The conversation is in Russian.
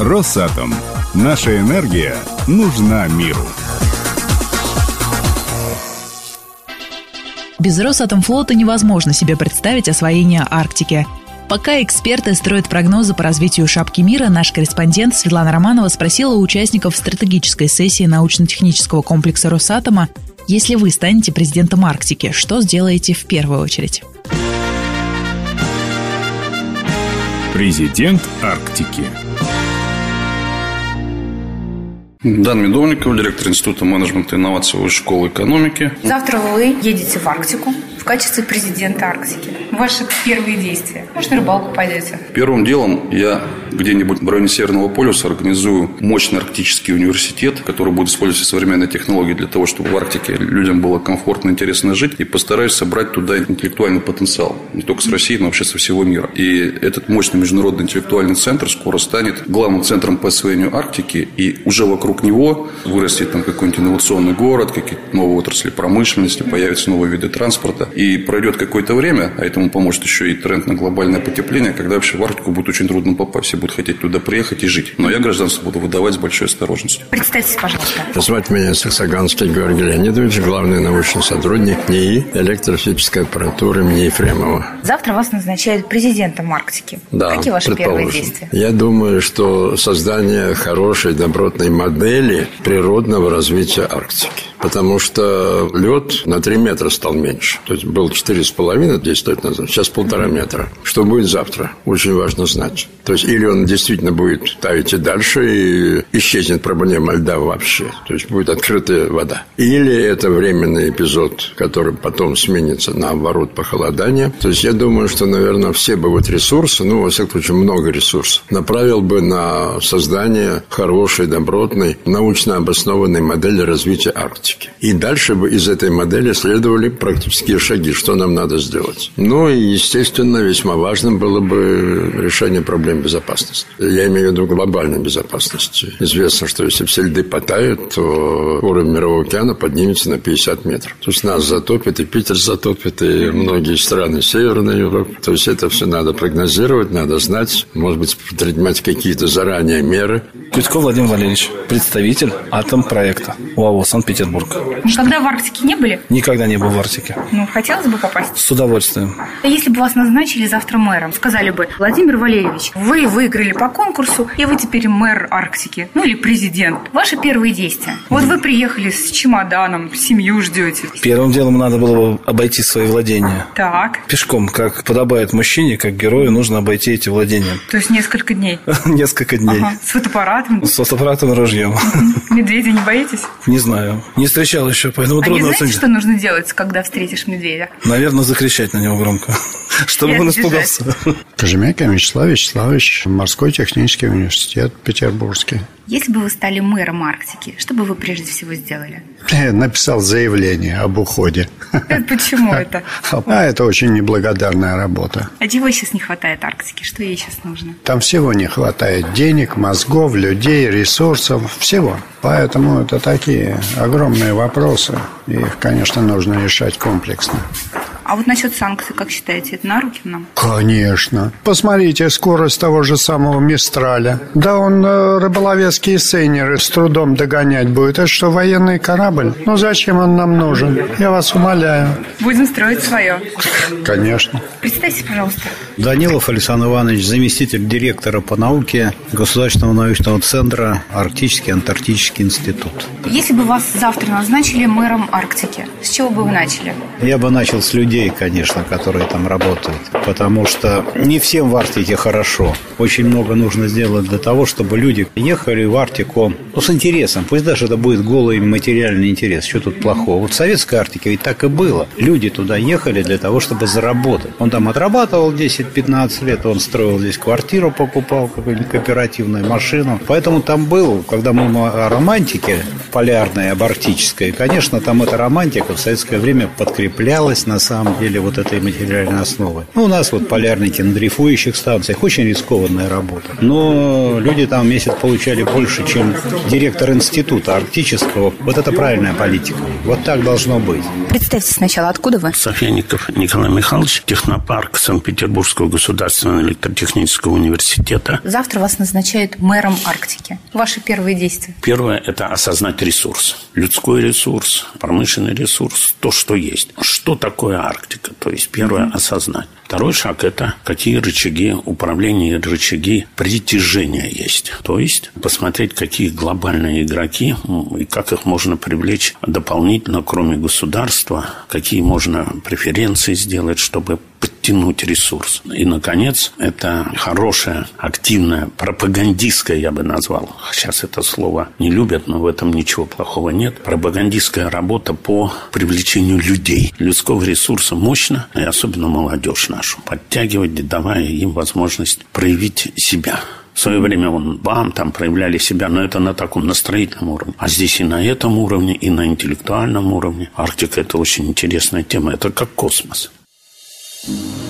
Росатом. Наша энергия нужна миру. Без Росатомфлота невозможно себе представить освоение Арктики. Пока эксперты строят прогнозы по развитию шапки мира, наш корреспондент Светлана Романова спросила у участников стратегической сессии научно-технического комплекса Росатома: если вы станете президентом Арктики, что сделаете в первую очередь? Президент Арктики. Дан Медовников, директор Института менеджмента и инноваций Высшей школы экономики. Завтра вы едете в Арктику в качестве президента Арктики. Ваши первые действия. Может, на рыбалку пойдете? Первым делом я где-нибудь в районе Северного полюса организую мощный арктический университет, который будет использовать современные технологии для того, чтобы в Арктике людям было комфортно и интересно жить. И постараюсь собрать туда интеллектуальный потенциал. Не только с России, но вообще со всего мира. И этот мощный международный интеллектуальный центр скоро станет главным центром по освоению Арктики. И уже вокруг него вырастет там какой-нибудь инновационный город, какие-то новые отрасли промышленности, появятся новые виды транспорта. И пройдет какое-то время, а этому поможет еще и тренд на глобальное потепление, когда вообще в Арктику будет очень трудно попасть. Все будут хотеть туда приехать и жить. Но я гражданство буду выдавать с большой осторожностью. Представьтесь, пожалуйста. Звать меня Саксаганский Георгий Леонидович, главный научный сотрудник НИИ электрофизической аппаратуры имени Ефремова. Завтра вас назначают президентом Арктики. Да, какие ваши первые действия? Я думаю, что создание хорошей, добротной модели природного развития Арктики. Потому что лед на 3 метра стал меньше. То есть был 4,5 10 лет назад, сейчас 1,5 метра. Что будет завтра? Очень важно знать. То есть или он действительно будет таять и дальше, и исчезнет проблема льда вообще. То есть будет открытая вода. Или это временный эпизод, который потом сменится на оборот похолодания. То есть я думаю, что, наверное, все бы вот ресурсы, во всяком случае, много ресурсов, направил бы на создание хорошей, добротной, научно обоснованной модели развития Арктики. И дальше бы из этой модели следовали практические шаги, что нам надо сделать. И, естественно, весьма важным было бы решение проблем безопасности. Я имею в виду глобальной безопасности. Известно, что если все льды потают, то уровень Мирового океана поднимется на 50 метров. То есть нас затопит, и Питер затопит, и многие страны Северной Европы. То есть это все надо прогнозировать, надо знать, может быть, предпринимать какие-то заранее меры. Кузьков Владимир Валерьевич, представитель Атомпроекта УАО Санкт-Петербург. Никогда в Арктике не были? Никогда не был в Арктике. Хотелось бы попасть? С удовольствием. Если бы вас назначили завтра мэром, сказали бы: Владимир Валерьевич, вы выиграли по конкурсу, и вы теперь мэр Арктики, или президент. Ваши первые действия. Вот вы приехали с чемоданом, семью ждете. Первым делом надо было бы обойти свои владения. Так. Пешком, как подобает мужчине, как герою, нужно обойти эти владения. То есть несколько дней? Несколько дней. Ага. С фотоаппаратом? С фотоаппаратом и ружьем. Медведя не боитесь? Не знаю. Не встречал еще, поэтому трудно оценить. Знаете, что нужно делать, когда встретишь медведя? Наверное, закричать на него громко, чтобы он испугался. Кожемяка Вячеслав Вячеславович, Морской технический университет Петербургский. Если бы вы стали мэром Арктики, что бы вы прежде всего сделали? Написал заявление об уходе. Почему это? Это очень неблагодарная работа. А чего сейчас не хватает Арктике? Что ей сейчас нужно? Там всего не хватает: денег, мозгов, людей, ресурсов, всего. Поэтому это такие огромные вопросы. Их, конечно, нужно решать комплексно. А вот насчет санкций, как считаете, это на руки нам? Конечно. Посмотрите скорость того же самого Мистраля. Да он рыболовецкие сейнеры с трудом догонять будет. Это что, военный корабль? Зачем он нам нужен? Я вас умоляю. Будем строить свое. Конечно. Представьте, пожалуйста. Данилов Александр Иванович, заместитель директора по науке Государственного научного центра Арктический Антарктический институт. Если бы вас завтра назначили мэром Арктики, с чего бы вы начали? Я бы начал с людей, конечно, которые там работают. Потому что не всем в Арктике хорошо. Очень много нужно сделать для того, чтобы люди ехали в Арктику с интересом. Пусть даже это будет голый материальный интерес. Что тут плохого? Вот в Советской Арктике ведь так и было. Люди туда ехали для того, чтобы заработать. Он там отрабатывал 10-15 лет, он строил здесь квартиру, покупал какую-нибудь кооперативную машину. Поэтому там был, когда мы о романтике полярной, об арктической, конечно, там эта романтика в советское время подкреплялась на самом самом деле вот этой материальной основы. У нас вот полярники на дрейфующих станциях, очень рискованная работа. Но люди там в месяц получали больше, чем директор института арктического. Вот это правильная политика. Вот так должно быть. Представьте сначала, откуда вы? Софьяников Николай Михайлович, технопарк Санкт-Петербургского государственного электротехнического университета. Завтра вас назначают мэром Арктики. Ваши первые действия? Первое – это осознать ресурс. Людской ресурс, промышленный ресурс, то, что есть. Что такое Арктика? То есть, первое – осознать. Второй шаг – это какие рычаги управления и рычаги притяжения есть. То есть, посмотреть, какие глобальные игроки и как их можно привлечь дополнительно, кроме государства, какие можно преференции сделать, чтобы подтянуть ресурс. И, наконец, это хорошая, активная, пропагандистская, я бы назвал. Сейчас это слово не любят, но в этом ничего плохого нет. Пропагандистская работа по привлечению людей. Людского ресурса мощно, и особенно молодежь нашу. Подтягивать, давая им возможность проявить себя. В свое время там проявляли себя, но это на таком настроительном уровне. А здесь и на этом уровне, и на интеллектуальном уровне. Арктика – это очень интересная тема. Это как космос.